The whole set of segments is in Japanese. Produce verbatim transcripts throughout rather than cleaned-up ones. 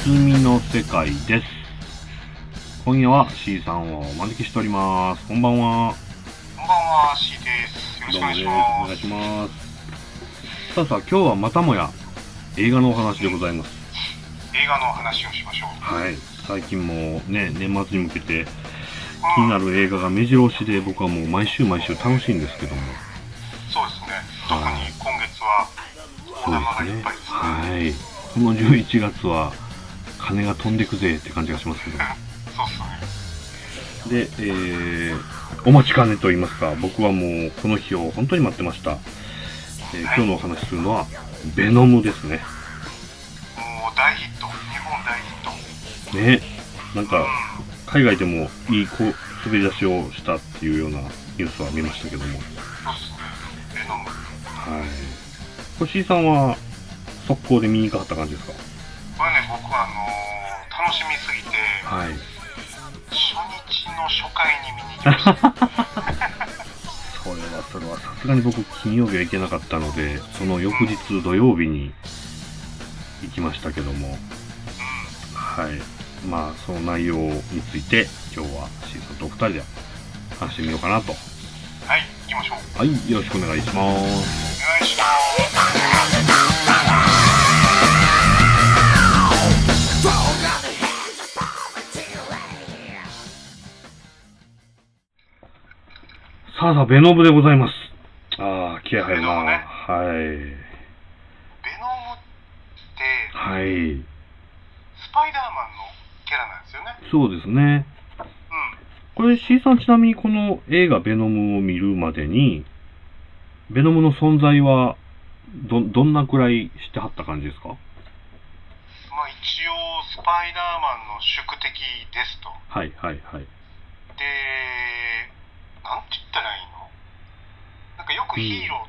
みの世界です。今夜は C さんをお招きしております。こんばんは。 こんばんは、C です。よろしくお願いします。 お願いします。さあさあ、今日はまたもや映画のお話でございます。 映画の話をしましょう。 はい。最近もね、年末に向けて気になる映画が目白押しで、僕はもう毎週毎週楽しいんですけども。 そうですね。特に今月は大玉がいっぱいですね。 はい。このじゅういちがつは金が飛んでくぜって感じがしますけども。 そうですね。 で、えー、お待ちかねと言いますか、僕はもうこの日を本当に待ってました。えー、今日のお話しするのはベノムですね。 もう大ヒット、日本大ヒット。 ね、なんか海外でもいいこう滑り出しをしたっていうようなニュースは見ましたけども。 そうですね。ベノム。 はい。これ C さんは速攻で見に行かはった感じですか？ これね、僕はあのー、楽しみすぎて、 はい。 初日の初回に見に行きました。 それはそれはさすがに僕金曜日は行けなかったので、その翌日土曜日に行きましたけども、うん、はい。まあその内容について今日は C さんとお二人で話してみようかなと。 はい、行きましょう。 はい、よろしくお願いします。 お願いします。 さあさあ、ベノムでございます。ああ、気合入るな。ね、はい。ベノムって、 はい。 スパイダーマンのキャラなんですよね。 そうですね。うん。これ C さん、ちなみにこの映画ベノムを見るまでに、ベノムの存在はど、どんなくらい知ってはった感じですか？ まあ一応スパイダーマンの宿敵ですと。 はいはいはい。 で、なんて言ったらいいの？なんかよくヒーローって、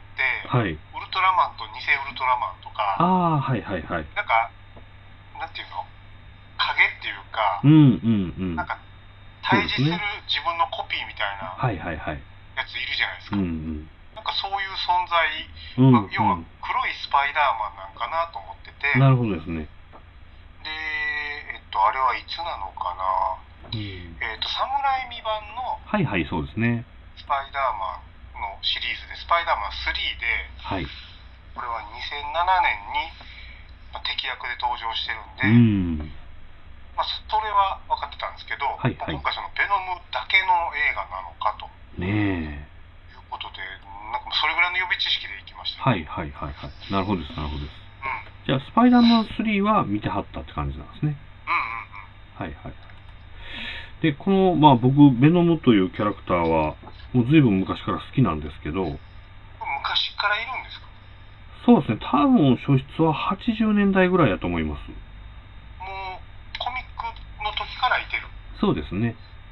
うん、はい、ウルトラマンと偽ウルトラマンとか、 ああ、はいはいはい。 なんか、なんていうの？影っていうか、 うんうんうん。なんか対峙する自分のコピーみたいなはいはいはい。 やついるじゃないですか。 うんうん。なんかそういう存在、うんうん、まあ、要は黒いスパイダーマンなんかなと思ってて。 なるほどですね。 で、えっと、あれはいつなのかな。うん、えっと、サムライミ版の、 はいはい、そうですね。 スパイダーマンのシリーズで、スパイダーマンスリーで、 はい。 これはにせんななねんに、まあ、敵役で登場してるんで、うん、まあ、それは分かってたんですけど、はいはい、今回そのベノムだけの映画なのかと。ねえ。いうことで、なんかそれぐらいの予備知識でいきました、 ね。はいはいはいはい。なるほどです、なるほどです。うん、じゃあ、スパイダーマンスリーは見てはったって感じなんですね。うんうんうん。はいはい。で、この、まあ僕、ベノムというキャラクターは、もう随分昔から好きなんですけど。 昔からいるんですか？ そうですね、多分初出ははちじゅうねんだいぐらいだと思います。 もう、コミックの時からいてる？ そうですね。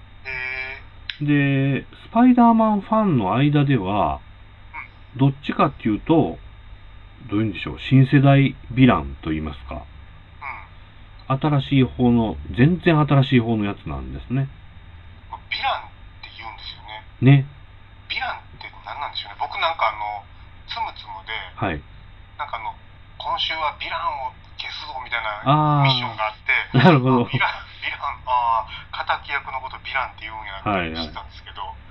へで、スパイダーマンファンの間では、うん、どっちかっていうと、どういうんでしょう、新世代ヴィランと言いますか。新しい方の、全然新しい方のやつなんですね。 ヴィランって言うんですよね。 ね。 ヴィランって何なんでしょうね。僕なんかあの、つむつむで、はい。なんかあの、今週はヴィランを消すぞみたいなミッションがあって、 なるほど。 ヴィラン、ヴィラン、ああ、敵役のことヴィランって言うんやって知ったんですけど。はいはい、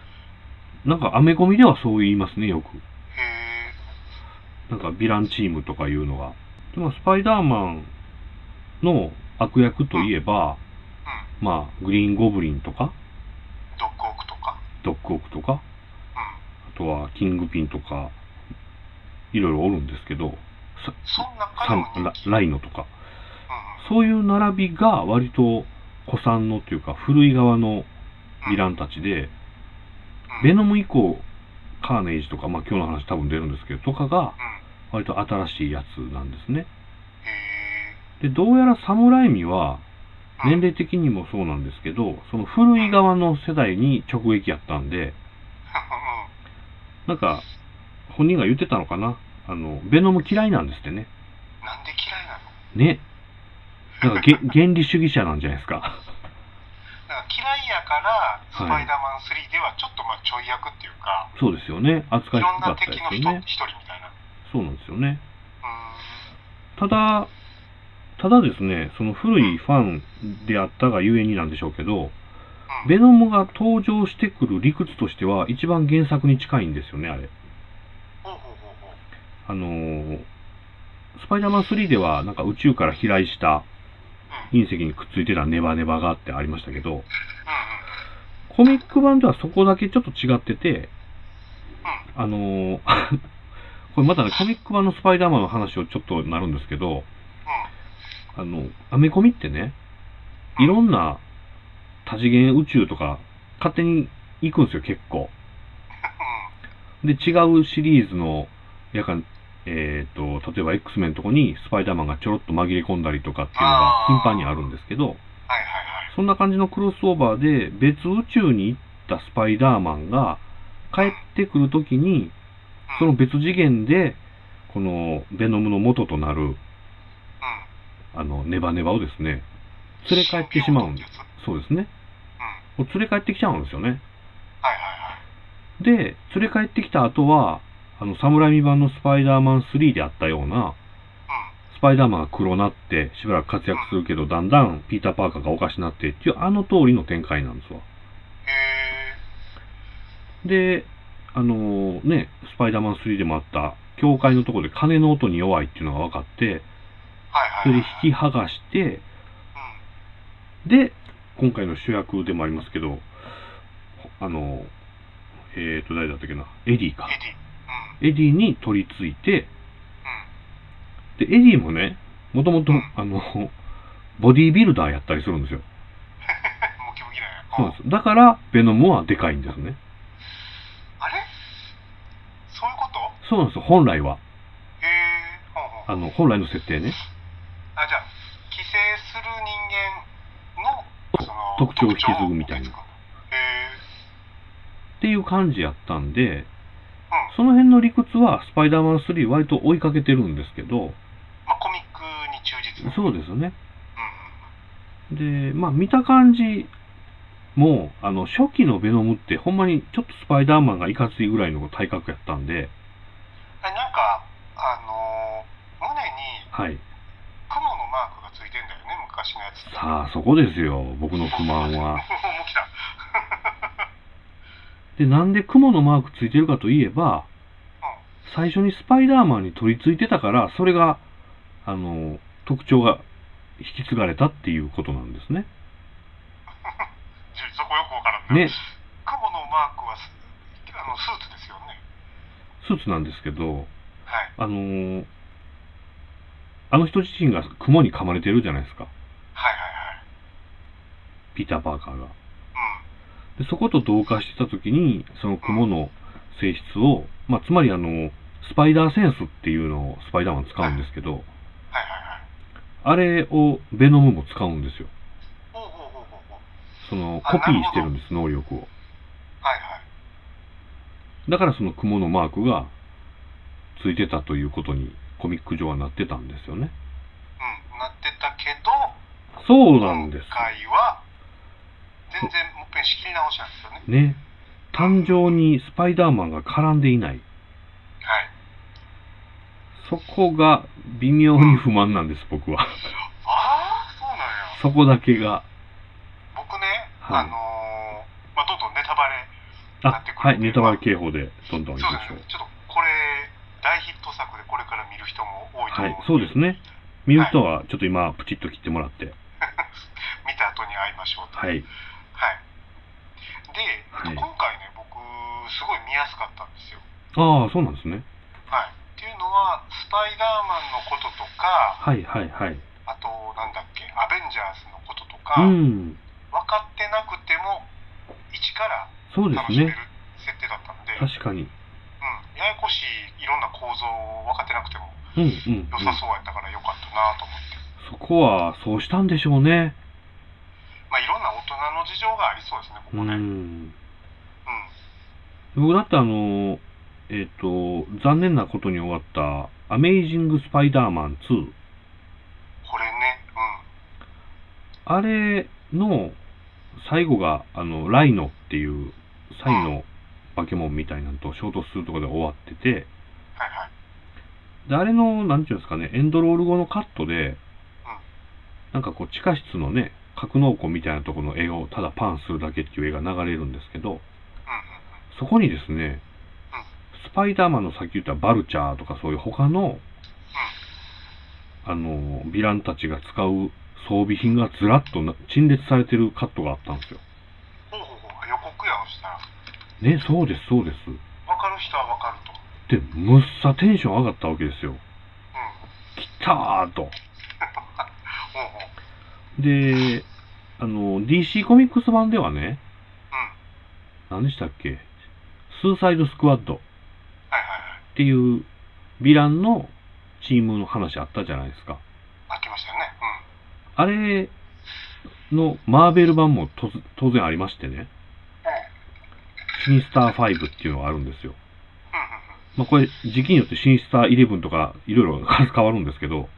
なんかアメコミではそう言いますね、よく。 へえ。なんかヴィランチームとかいうのが。でもスパイダーマンの悪役といえば、うん、まあグリーンゴブリンとかドッグオークとかドッグオークとか、うん、あとはキングピンとかいろいろおるんですけど、 そんなラ, ライノとか、うん、そういう並びが割と古参のというか古い側のヴィランたちで、うん、ベノム以降カーネイジとか、まあ今日の話多分出るんですけどとかが割と新しいやつなんですね。で、どうやらサムライミは、年齢的にもそうなんですけど、その古い側の世代に直撃やったんで、なんか、本人が言ってたのかな、あの、ベノム嫌いなんですってね。 なんで嫌いなの？ ね。なんかげ原理主義者なんじゃないですか。 なんか嫌いやから、スパイダーマンスリーではちょっとまあちょい役っていうか、 そうですよね。扱い低かったですよね。 いろんな敵の一人みたいな。 そうなんですよね。ただ、 ただですね、その古いファンであったがゆえになんでしょうけど、ベノムが登場してくる理屈としては一番原作に近いんですよね、あれ。あのー、スパイダーマンスリーではなんか宇宙から飛来した隕石にくっついてたネバネバがあってありましたけど、コミック版ではそこだけちょっと違ってて、あのー、これまたね、コミック版のスパイダーマンの話をちょっとなるんですけど、あの、アメコミってね、いろんな多次元宇宙とか勝手に行くんですよ、結構。で、違うシリーズの、やか、えっと、例えば X メンのとこにスパイダーマンがちょろっと紛れ込んだりとかっていうのが頻繁にあるんですけど、そんな感じのクロスオーバーで別宇宙に行ったスパイダーマンが帰ってくるときに、その別次元で、このベノムの元となる、あの、ネバネバをですね、連れ帰ってしまうんです。そうですね。もう連れ帰ってきちゃうんですよね。で、連れ帰ってきた後は、あの、サムライミ版のスパイダーマンスリーであったような、スパイダーマンが黒なってしばらく活躍するけど、だんだんピーター・パーカーがおかしなってっていう、あの通りの展開なんですわ。で、あのー、ね、スパイダーマンスリーでもあった、教会のところで鐘の音に弱いっていうのが分かって、それで引き剥がして、で、今回の主役でもありますけど、あの、えーと、誰だったっけな、エディか。エディに取り付いて、で、エディもね、もともと、あの、ボディービルダーやったりするんですよ。そうです。だから、ベノムはでかいんですね。 あれそういうこと？ そうなんですよ、本来は。 へー、ほうほう。 あの、本来の設定ね。 あ、じゃあ、寄生する人間の、その特徴を引き継ぐみたいな。へー。っていう感じやったんで、うん、その辺の理屈はスパイダーマンスリー割と追いかけてるんですけど、 まあ、コミックに忠実、ね、 そうですね。うん、で、まあ見た感じも、あの、初期のベノムってほんまにちょっとスパイダーマンがいかついぐらいの体格やったんで、 なんか、あのー、胸に、 はい。 雲のマークがついてんだよね、昔のやつ。 さあ、そこですよ、僕の不満は。 もう来た。 で、なんで雲のマークついてるかといえば、うん、最初にスパイダーマンに取り付いてたから、それが、あの、特徴が引き継がれたっていうことなんですね。 そこよくわからんね。ね。雲のマークはあのスーツですよね。 スーツなんですけど、 はい、 あの、あの人自身が雲に噛まれてるじゃないですか。 はいはいはい。 ピーター・パーカーが。でそこと同化してたときに、その雲の性質を、まあ、つまりあの、スパイダーセンスっていうのをスパイダーマン使うんですけど、はいはいはい、あれをベノムも使うんですよ。 ほうほうほうほう。 その、コピーしてるんです、能力を。はいはい。 だからその雲のマークがついてたということにコミック上はなってたんですよね。 うん、なってたけど、 そうなんです。 今回は、全然もっぺん仕切り直しなんですよね。 ね。誕生にスパイダーマンが絡んでいない。はい。そこが微妙に不満なんです、僕は。 ああ、そうなんや。 そこだけが。 僕ね、はい、あのー、まあ、どんどんネタバレになってくる。 はい、ネタバレ警報でどんどんいきましょう。 そうですね。ちょっとこれ、大ヒット作でこれから見る人も多いと思うので。 はい、そうですね。見る人はちょっと今、プチッと切ってもらって。 見た後に会いましょうと。 はい。 はい。で、はい、今回ね、僕、すごい見やすかったんですよ。 ああ、そうなんですね。 はい。っていうのは、スパイダーマンのこととか、 はいはいはい。 あと、なんだっけ、アベンジャーズのこととか、 うん、 分かってなくても、一から楽しめる設定だったんで、 確かに。 うん、ややこしいいろんな構造を分かってなくても、 うんうんうん、 良さそうやったからよかったなと思って。 そこは、そうしたんでしょうね。 まあ、いろんな大人の事情がありそうですね、ここね。うん。うん。 僕だってあの、えっと、残念なことに終わった、アメイジング・スパイダーマンツー。 これね、 うん。あれの、最後が、あの、ライノっていう、サイの化け物みたいなのと衝突するところで終わってて、はいはい。で、あれの、なんていうんですかね、エンドロール後のカットで、 なんかこう地下室のね、格納庫みたいなところの絵をただパンするだけっていう絵が流れるんですけど、そこにですね、スパイダーマンのさっき言ったバルチャーとかそういう他の、あの、ヴィランたちが使う装備品がずらっと陳列されてるカットがあったんですよ。 ほうほうほう、予告やんしたら。 ね、そうです、そうです。 わかる人はわかると。 で、むっさテンション上がったわけですよ。うん。来たーと。で、あの、ディーシー コミックス版ではね、うん。何でしたっけ、スーサイドスクワッドっていうヴィランのチームの話あったじゃないですか。 ありましたよね。 うん。あれのマーベル版もと当然ありましてね。うん。シニスターファイブっていうのがあるんですよ。うん。まあこれ時期によってシニスターイレブンとかいろいろ数変わるんですけど。はいはい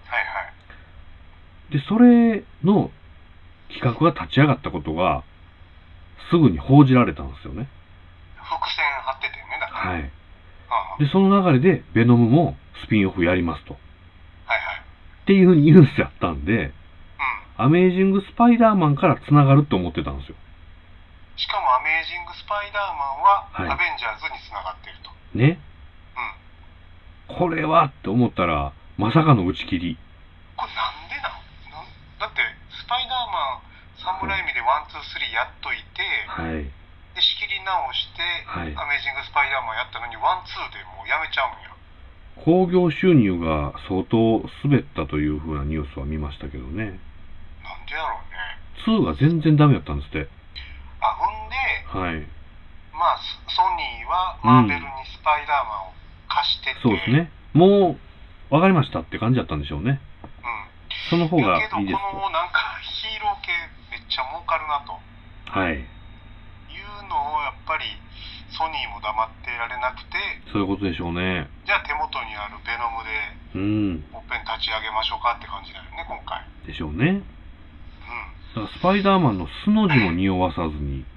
。で、それの企画が立ち上がったことがすぐに報じられたんですよね。 伏線張っててね、だから。はい。 で、その流れで、ベノムもスピンオフやりますと。はいはい。っていうニュースやったんで、うん。アメージング・スパイダーマンから繋がると思ってたんですよ。 しかもアメージング・スパイダーマンは、はい、アベンジャーズに繋がってると。 ね。うん。これはって思ったら、まさかの打ち切り。 これなんでなんなんだって、スパイダーマン、サムライミでワン、ツー、スリーやっといて、はい。で仕切り直して、はい、アメージング・スパイダーマンやったのにワンツーでもうやめちゃうんや。 興行収入が相当滑ったという風なニュースは見ましたけどね。 なんでやろうね。 ツーが全然ダメだったんですって。 あ、ほんで、はい、まあソニーはマーベルにスパイダーマンを貸してて、 うん、そうですね。もう分かりましたって感じだったんでしょうね。うん。その方がいいですと。 だけどこのなんかヒーロー系めっちゃ儲かるなと。はい。のをやっぱりソニーも黙ってられなくて、 そういうことでしょうね。 じゃあ手元にあるベノムで、うん、もっぺん立ち上げましょうかって感じだよね今回。 でしょうね。うん。だからスパイダーマンの素の字も匂わさずに、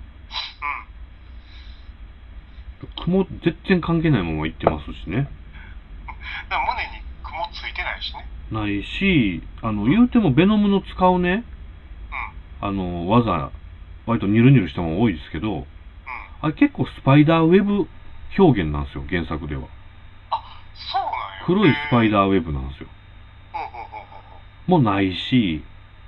うん。雲全然関係ないままいってますしね。 だから胸に雲ついてないしね。 ないし、あの言うてもベノムの使うね、うん、あの技割とニュルニュルしたもの多いですけど。あれ結構スパイダーウェブ表現なんですよ、原作では。 あ、そうなんや。 黒いスパイダーウェブなんですよ。もうないし、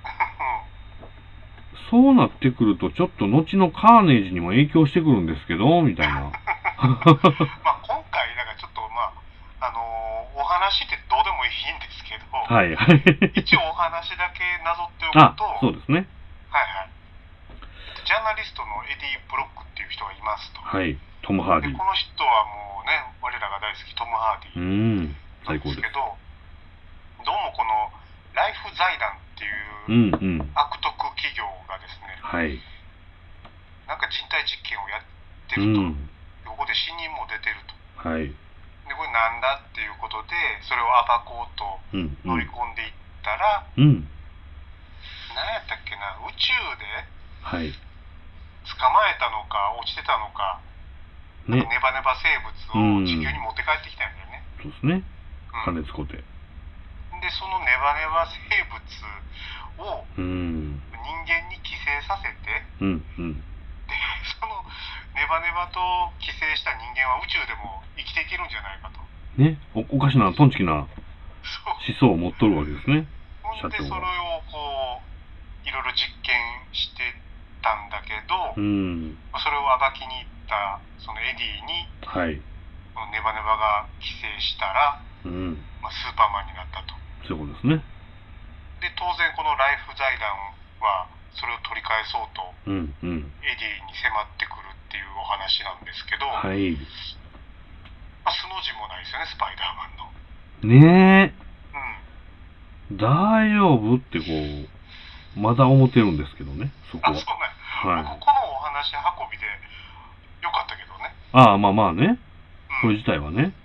そうなってくるとちょっと後のカーネージにも影響してくるんですけど、みたいな。まあ今回、だからちょっとまあ、あのー、お話ってどうでもいいんですけど、はいはい。一応お話だけなぞっておくと、 あ、そうですね。 はいはい。ジャーナリストのエディ・ブロックっていう人がいますと。 はい、トム・ハーディ。 でこの人はもうね、我らが大好きトム・ハーディなんですけど、どうもこのライフ財団っていう悪徳企業がですね、うんうん、なんか人体実験をやってると、うん、ここで死人も出てると。はい、でこれなんだっていうことで、それを暴こうと乗り込んでいったら、うん、何やったっけな、宇宙で、はい捕まえたのか落ちてたのか、ね、ネバネバ生物を地球に持って帰ってきたんだよね。 うん、そうですね。金使って。 でそのネバネバ生物を人間に寄生させて、うんうん、でそのネバネバと寄生した人間は宇宙でも生きていけるんじゃないかと。 ね、お, おかしなトンチキな思想を持っとるわけですね。 ほんでそれをこういろいろ実験してたんだけど、うん、それを暴きに行ったそのエディに、はい、このネバネバが寄生したら、うんまあ、スーパーマンになったと。 そういうことですね。 で当然このライフ財団はそれを取り返そうと、うんうん、エディに迫ってくるっていうお話なんですけど、はいまあ、素の字もないですよね、スパイダーマンの。 ねえ、うん、大丈夫ってこうまだ思ってるんですけどね、そこは。あ、 そうね。はい、このお話運びでよかったけどね。 ああ、まあまあね。これ自体はね。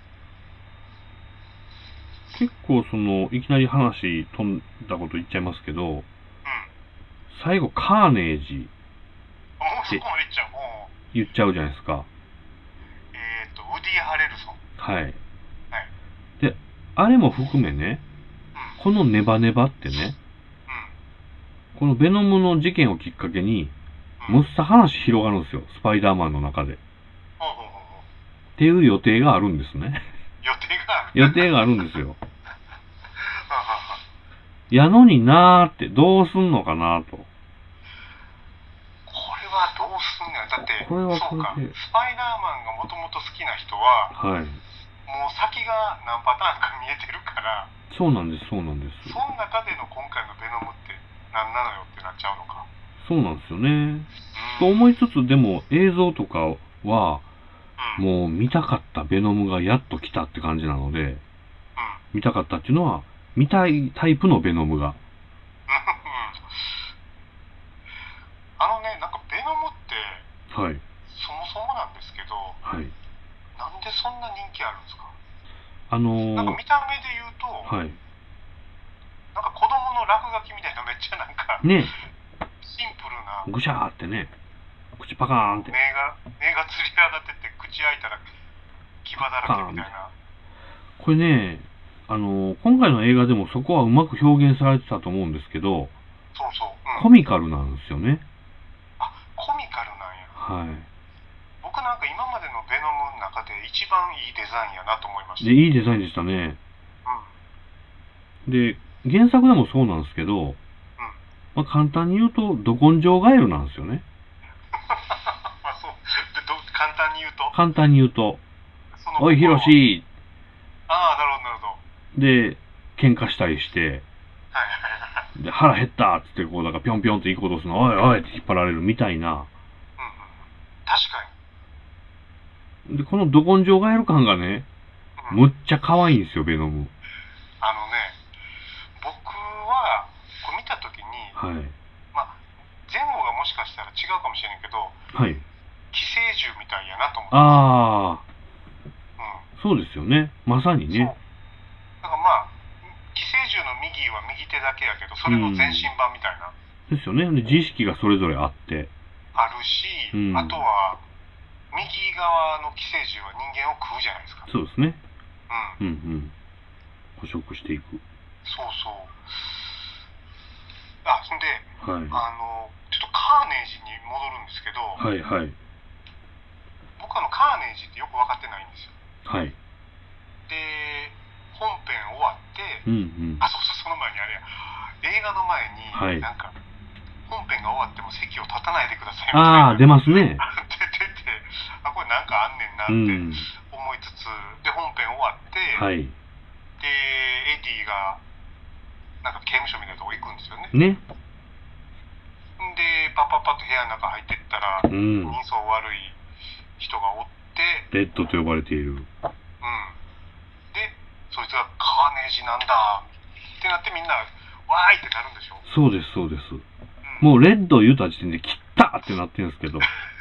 結構その、いきなり話飛んだこと言っちゃいますけど、うん、最後、カーネージって言っちゃうじゃないですか。 えっと、ウディ・ハレルソン。 はい。はい。で、あれも含めね、うん、このネバネバってね、 このベノムの事件をきっかけに、むっさ話広がるんですよ、スパイダーマンの中で。っていう予定があるんですね。 予定がある予定があるんですよ。やのになーってどうすんのかなと。 これはどうすんのや。だってこれはこれでそうか、スパイダーマンがもともと好きな人は、 はい、 もう先が何パターンか見えてるから、 そうなんですそうなんです。 その中での今回のベノムって何なのよってなっちゃうのか。 そうなんですよね。と思いつつ、でも映像とかは、うん、もう見たかったベノムがやっと来たって感じなので、うん、見たかったっていうのは、見たいタイプのベノムが。 あのね、なんかベノムって、 はい、 そもそもなんですけど、 はい、 なんでそんな人気あるんですか？ あのー、 なんか見た目で言うと、 はい、 なんか子供の落書きみたいなめっちゃなんか、 ね、 シンプルな。 ぐしゃーってね、口パカーンって。 目が、目がつり上がってて、口開いたら牙だらけみたいな。 これね、あのー、今回の映画でもそこはうまく表現されてたと思うんですけど、 そうそう、うん、 コミカルなんですよね。 あ、コミカルなんや。 はい。 僕なんか今までのベノムの中で一番いいデザインやなと思いました。 で、いいデザインでしたね。うん。で、原作でもそうなんですけど、うん、まあ、簡単に言うと、ど根性ガエルなんですよね。 あ、そう。でど簡単に言うと簡単に言うと、おい、ヒロシ。 ああ、なるほど、なるほど。 で、喧嘩したりして、で腹減ったっつってこうなんかぴょんぴょんと行こうとするの、おいおいって引っ張られるみたいな。うんうん、 確かに。でこのど根性ガエル感がね、うん、むっちゃ可愛いんですよ、ベノム。 あのね、僕はこれ見たときに、 はい、 まあ前後がもしかしたら違うかもしれないけど、 はい、 寄生獣みたいやなと思って。 ああ、うん、そうですよね、まさにね。 だからまあ寄生獣の右は右手だけやけど、それの前身版みたいな、 うん、ですよね。で自意識がそれぞれあってあるし、うん、あとは右側の寄生獣は人間を食うじゃないですか。 そうですね、 うん、 うんうん、捕食していく。 そうそう。あ、そんで、 はい、 あのちょっとカーネージに戻るんですけど、 はいはい、 僕あのカーネージってよく分かってないんですよ。 はい。 で本編終わって、 うんうん、 あ、そうそう、その前にあれや、映画の前に、はい、なんか本編が終わっても席を立たないでくださいみたいな。 ああ、出ますね。 出てて、あ、これなんかあんねんなって思いつつ、うん、で本編終わって、 はい、 でエディがなんか刑務所みたいなとこ行くんですよね。 ね。 でパッパッパッと部屋の中入ってったら、うん、人相悪い人がおって、 レッドと呼ばれている。うん。 でそいつがカーネージなんだってなってみんなわーいってなるんでしょ。 そうですそうです、うん、もうレッド言うた時点で切ったってなってるんですけどこれ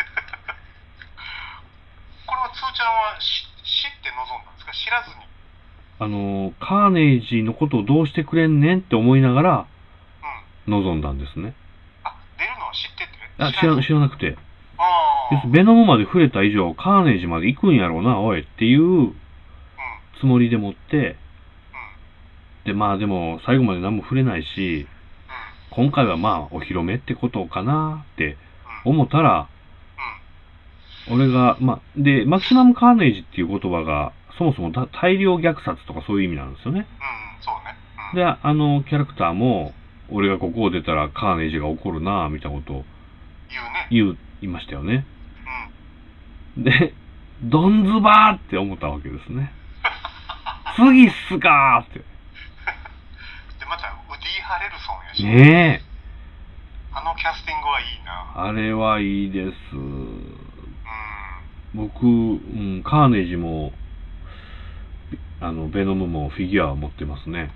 はつーちゃんは知って臨んだんですか、知らずに。 あのカーネージのことをどうしてくれんねんって思いながら臨んだんですね、うん、 あ、出るのは知ってて？ あ、知ら、知らなくて、あ、ベノムまで触れた以上カーネージまで行くんやろうなおいっていうつもりでもって、でまあでも最後まで何も触れないし、今回はまあお披露目ってことかなって思ったら、俺がまあでマキシマムカーネージっていう言葉がそもそも大量虐殺とかそういう意味なんですよね。 うん、そうね。 であのキャラクターも俺がここを出たらカーネージが起こるなみたいなことを言うね。 言う言いましたよね。でドンズバーって思ったわけですね。次っすかーって。 でまたウディ・ハレルソンやしねえ、 あのキャスティングはいいな。 あれはいいです。うん、僕、うん、カーネージもあのベノムもフィギュアを持ってますね。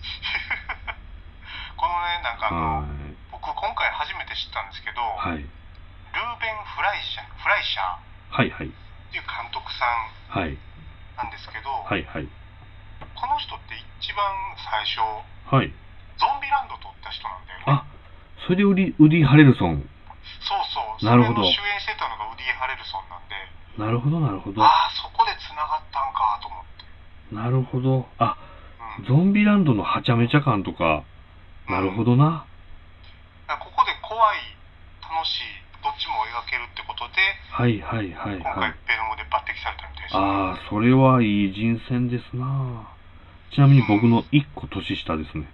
このね、なんかあの、はい、僕今回初めて知ったんですけど、 はい、ルーベン・フライシャー、フライシャーはいはいっていう監督さんなんですけど、 はいはい、 この人って一番最初、 はい、 ゾンビランド撮った人なんだよね。 あ、それでウディ、ウディ・ハレルソン。 そうそう、 なるほど。 それの主演してたのがウディ・ハレルソンなんで、 なるほどなるほど。 ああ、そこでつながったんかと思って。 なるほど。あ、うん、ゾンビランドのはちゃめちゃ感とか、なるほどな。 うん、 はいはいはいはい。 今回ベノムで抜擢されたみたいです。 ああ、それはいい人選ですな。ちなみに僕のいっこ年下ですね。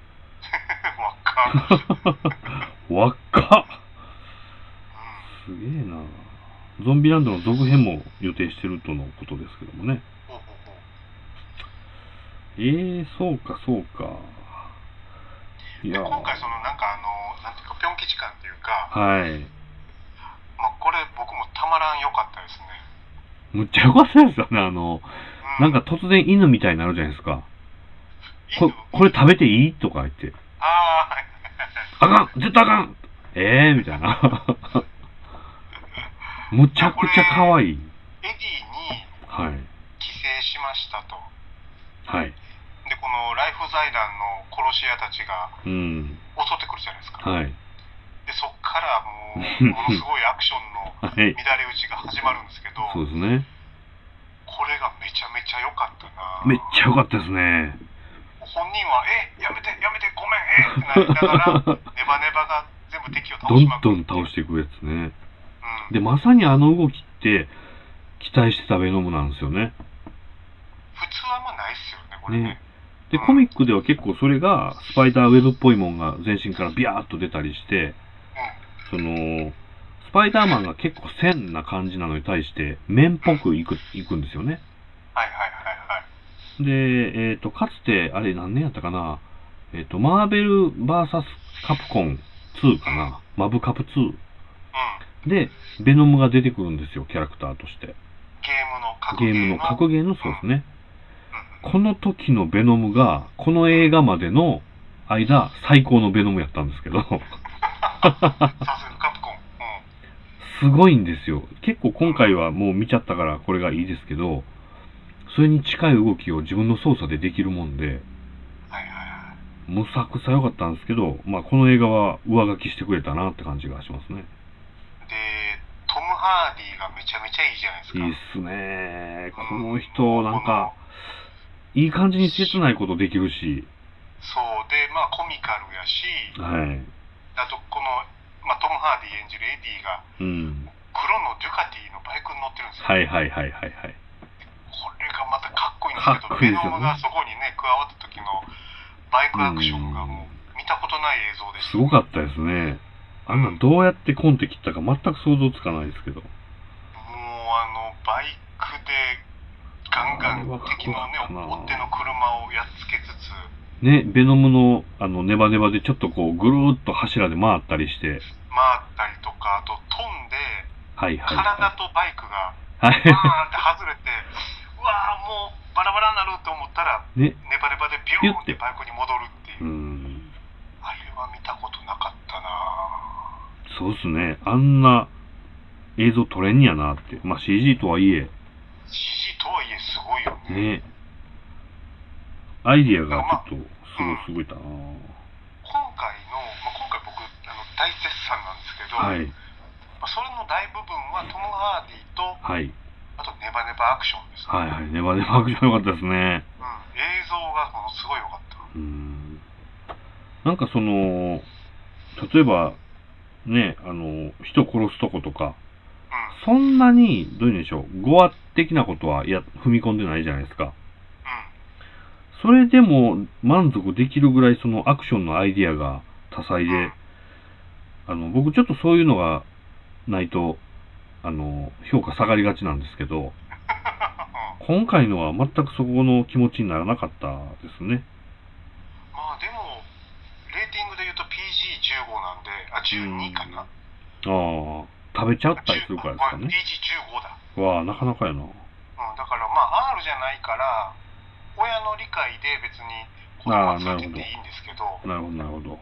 若っ。 若っ。すげえな。ゾンビランドの続編も予定してるとのことですけどもね。 ほうほうほう。 ええー、そうかそうか。 いや、今回そのなんかあのなんていうかピョン吉感っていうか、 はい。 まあこれ僕もたまらん良かったですね。 むっちゃ良かったですよね。あの、うん、なんか突然犬みたいになるじゃないですか。こ, これ食べていいとか言って。 ああ。あかん絶対あかんええー、みたいな。むちゃくちゃ可愛い。エディに寄生しましたと。 はい。 でこのライフ財団の殺し屋たちが襲ってくるじゃないですか。 はい。 でそっからもうものすごいアクションの乱れ打ちが始まるんですけど。 そうですね。 これがめちゃめちゃ良かったな。 めっちゃ良かったですね。 本人はえやめてやめてごめんえってなりながらネバネバが全部敵を倒しまくる。 どんどん倒していくやつね。うん、でまさにあの動きって期待してたベノムなんですよね。 普通はあんまないっすよねこれね。ねで、うん、コミックでは結構それがスパイダーウェブっぽいもんが全身からビャーっと出たりして、うん、そのスパイダーマンが結構線な感じなのに対して面っぽくいく、いくんですよね。 はいはいはいはい。 で、えっと、かつて、あれ何年やったかな、えっと、マーベル ブイエス カプコンツーかな、うん、マブカプツー、うん、で、ベノムが出てくるんですよ、キャラクターとして。 ゲームの格ゲームの格ゲーのそうですね。うん、この時のベノムが、この映画までの間、最高のベノムやったんですけど。 さすがカプコン。 すごいんですよ。結構今回はもう見ちゃったからこれがいいですけど、それに近い動きを自分の操作でできるもんで、 はいはいはい、 むさくさ良かったんですけど、まあこの映画は上書きしてくれたなって感じがしますね。 で、トム・ハーディがめちゃめちゃいいじゃないですか。 いいっすね。この人なんかいい感じに切ないことできるし。 そうで、まあコミカルやし、 はい。 あとこの、まあ、トム・ハーディ演じるエディが、うん、黒のデュカティのバイクに乗ってるんですよ。 はいはいはいはいはい。 これがまたかっこいいんですけど、ベノムがそこにね加わった時のバイクアクションがもう見たことない映像でした、 ね、すごかったですね。あんなどうやってコンテ切ったか全く想像つかないですけど。もうあのバイクでガンガン敵のね追っ手の車をやっつけつつ。 ね、ベノムのあのネバネバでちょっとこうぐるーっと柱で回ったりして。 回ったりとか、あと飛んで、 はいはいはい、 体とバイクがバーンって外れて、うわーもうバラバラになると思ったら、ね、ネバネバでビューンってバイクに戻るっていう。うん、あれは見たことなかったな。 そうっすね。あんな映像撮れんやなって。まあ シージー とはいえ。 シージー とはいえすごいよね。 ね。アイディアがちょっとすごい、すごいだな。 今回の、まあ、今回僕あの大絶賛なんですけど、はい、まあ、それの大部分はトム・ハーディと、はい、あとネバネバアクションですね。 はいはい、ネバネバアクション良かったですね。 うん、映像がものすごい良かった。 うん、なんかその例えばね、あの人殺すとことか、うん、そんなにどういうんでしょう、ゴア的なことはや踏み込んでないじゃないですか。それでも満足できるぐらいそのアクションのアイディアが多彩で、あの僕ちょっとそういうのがないとあの評価下がりがちなんですけど、今回のは全くそこの気持ちにならなかったですね。 まあでもレーティングで言うと ピージーじゅうご なんで、あじゅうにかな。ああ、食べちゃったりするからですかね。 ピージーじゅうご だ。 わあ、なかなかやな。うん、 だからまあ R じゃないから親の理解で別に子供は連れてっていいんですけど。 なるほどなるほど。うん。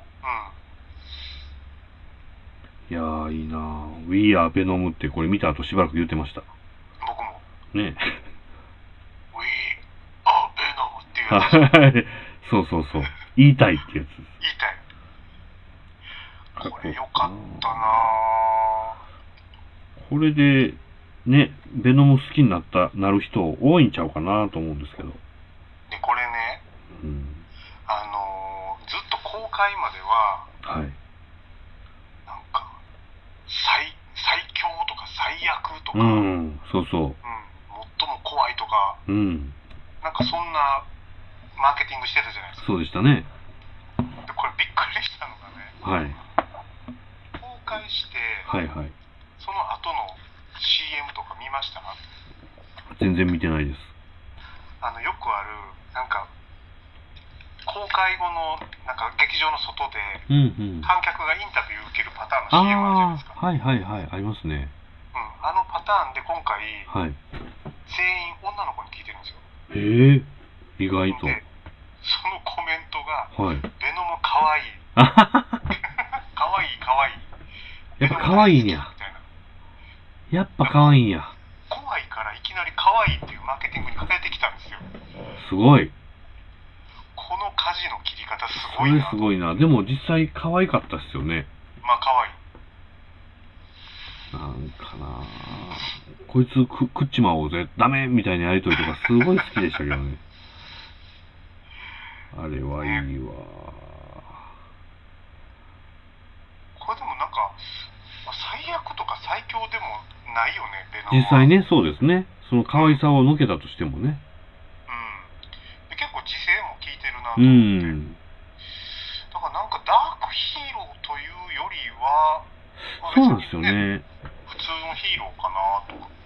いやーいいなー。We are Venom ってこれ見た後しばらく言ってました。 僕も。 ね。 We are Venom っていうやつ。 そうそうそう。言いたいってやつです。 言いたい。これよかったなー。これでね、ベノム好きになったなる人多いんちゃうかなと思うんですけど。 でこれね、うん、あのー、ずっと公開までは、はい、なんか最最強とか最悪とか、 うん、そうそう、うん、 最も怖いとか、うん、なんかそんなマーケティングしてたじゃないですか。 そうでしたね。 でこれびっくりしたのがね、はい、公開して、はいはい、その後の シーエム とか見ました？ 全然見てないです。 あのよくあるなんか公開後のなんか劇場の外で観客がインタビュー受けるパターンの シーエム あるじゃないですか。 はいはいはい、ありますね。 うん、あのパターンで今回、はい、全員女の子に聞いてるんですよ。 へえ、意外と。 でそのコメントが、はい、ベノムかわいいかわいいかわいい、 やっぱかわいいんや。やっぱかわいいんや。 怖いからいきなりかわいいっていうマーケティングに変えてきたんですよ。 すごい。 この舵の切り方すごいな。 それすごいな。でも実際可愛かったっすよね。 まあ可愛い。 なんかなこいつく食っちまおうぜ、ダメみたいなやりとりとかすごい好きでしたけどね。あれはいいわ、ね。 これでもなんか、まあ、最悪とか最強でもないよね、ベノムは。 実際ね、そうですね。その可愛さをのけたとしてもね。 結構時勢も効いてるなと思って、うん、だからなんかダークヒーローというよりは、 まあ、そうなんですよね。 普通のヒーローかなと思って。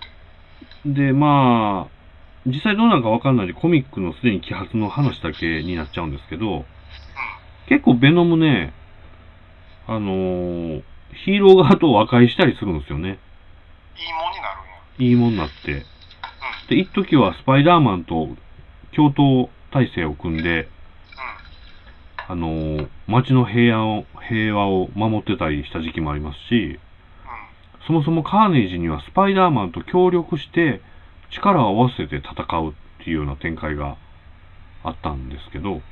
でまあ実際どうなのか分かんないでコミックのすでに揮発の話だけになっちゃうんですけど、うん、結構ベノムね、あのー、ヒーロー側と和解したりするんですよね。 いいもんになるんや。 いいもんになって、うん、で一時はスパイダーマンと共闘体制を組んで、うん、あの街の平和を平和を守ってたりした時期もありますし、うん、そもそもカーネイジにはスパイダーマンと協力して力を合わせて戦うっていうような展開があったんですけど、うん、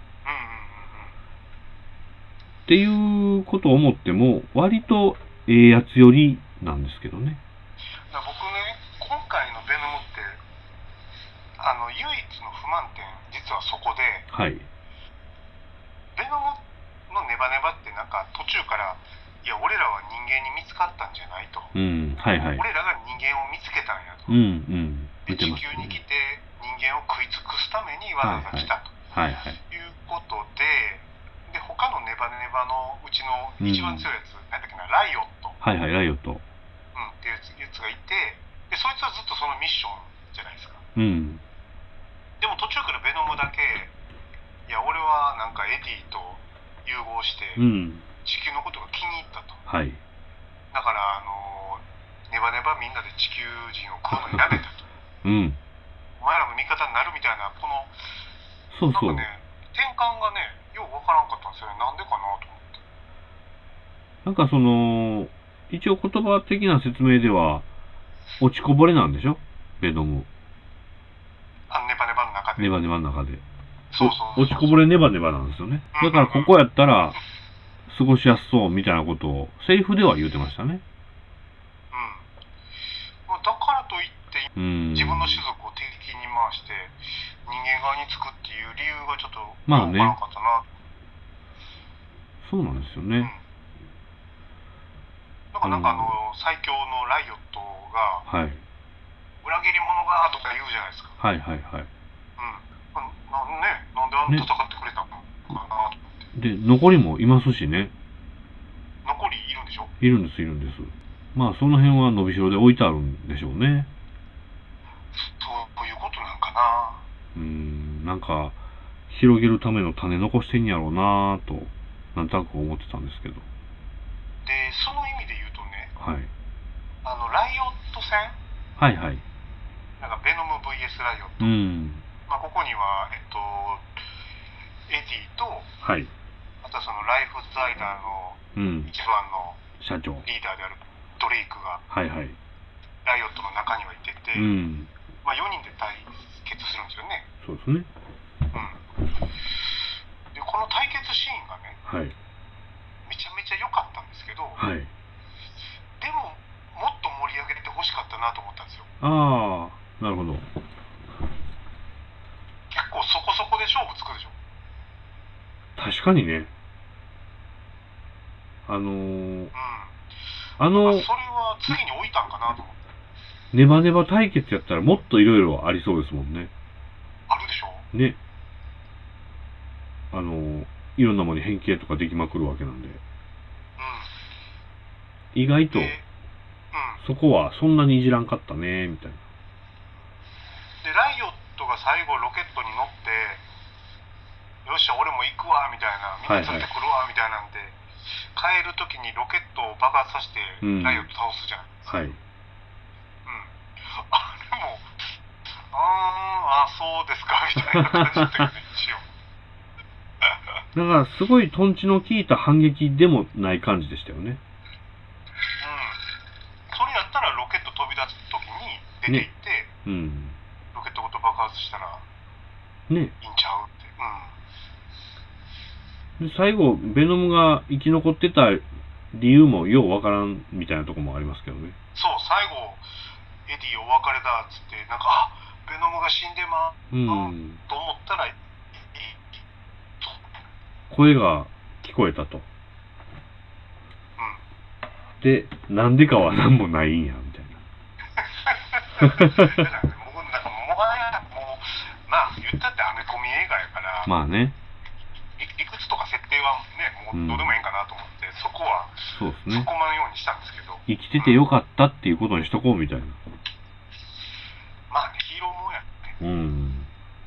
っていうことを思っても割とええやつよりなんですけどね。 僕ね、今回のベノムってあの唯一の不満点実はそこで、はい、ベノムのネバネバってなんか途中からいや俺らは人間に見つかったんじゃないと、うんはいはい、俺らが人間を見つけたんやと、うんうんで地球に来て人間を食い尽くすためにわざわざ来たと、はいはい、いうことでで他のネバネバのうちの一番強いやつ、うん、なんだっけなライオットはいはいライオット、うん、 っていうやつがいてでそいつはずっとそのミッションじゃないですか。うんでも途中からベノムだけいや俺はなんかエディと融合して地球のことが気に入ったと、はい、だからあのネバネバみんなで地球人を食うのやめたと、うん、お前らの味方になるみたいなこのそうそうなんかね転換がねよくわからんかったんですよね。なんでかなと思って。なんかその一応言葉的な説明では落ちこぼれなんでしょベノム。 あネバネバの中で。 ネバネバの中で。そうそうそうそう落ちこぼれネバネバなんですよね。だからここやったら過ごしやすそうみたいなことをセリフでは言うてましたね。 うん。だからといって自分の種族を敵に回して人間側につくっていう理由がちょっとまあね。 わからなかったな。 そうなんですよね。 うん、だからなんかあの最強のライオットが、はい、裏切り者がとか言うじゃないですか。 はいはいはい。 うん。な, ね、なんであの戦ってくれたのかなと思って。 で残りもいますしね。 残りいるんでしょ？ いるんですいるんです。まあその辺は伸びしろで置いてあるんでしょうね。 そういうことなんかな。 うーんなんか広げるための種残してんやろうなとなんとなく思ってたんですけど。 でその意味で言うとね、 はい、 あのライオット戦はいはいなんかベノム ブイエス ライオット、うんまあ、ここにはえっとエディと、はい、あとはそのライフザイダーの一番の社長リーダーであるドレイクが、 はいはい、 ライオットの中にはいてて、うんまあ、よにんで対決するんですよね。 そうですね、 うん、でこの対決シーンがね、はい、めちゃめちゃ良かったんですけど、はい、でももっと盛り上げてほしかったなと思ったんですよ。 ああなるほど。 結構そこそこで勝負つくでしょ。 確かにね。あのー、うん、 あのー、それは次に置いたんかなと思って。 ネバネバ対決やったらもっといろいろありそうですもんね。 あるでしょね。あの、いろんなものに変形とかできまくるわけなんで。うん。意外と、うん、そこはそんなにいじらんかったね、みたいな。 で、ライオットが最後ロケットに乗って、よっしゃ、俺も行くわ、みたいな、みんな連れてくるわ、みたいなんで、はいはい、帰るときにロケットを爆発させて、ライオット倒すじゃないですか。うん、はい。うん。あれも、あー、あ、そうですか、みたいな感じだったけどね、一応。 だからすごいトンチの効いた反撃でもない感じでしたよね。うん。 それやったらロケット飛び出す時に出て行って、ね、うん、ロケットごと爆発したらね、いいんちゃうって。 うん。で最後ベノムが生き残ってた理由もようわからんみたいなとこもありますけどね。 そう、最後エディお別れだっつってなんかあベノムが死んでまう、うん、と思ったら。 声が聞こえたと。うん、で、なんでかは何もないんや、みたいな。僕なんかもはやもう、まあ、言ったってアメコミ映画やから、 まあね。 理屈とか設定はね、もうどうでもいいんかなと思って、うん、そこは、 そうですね。 そこまんようにしたんですけど。 生きててよかったっていうことにしとこうみたいな。 まあね、ヒーローもんやって。うん。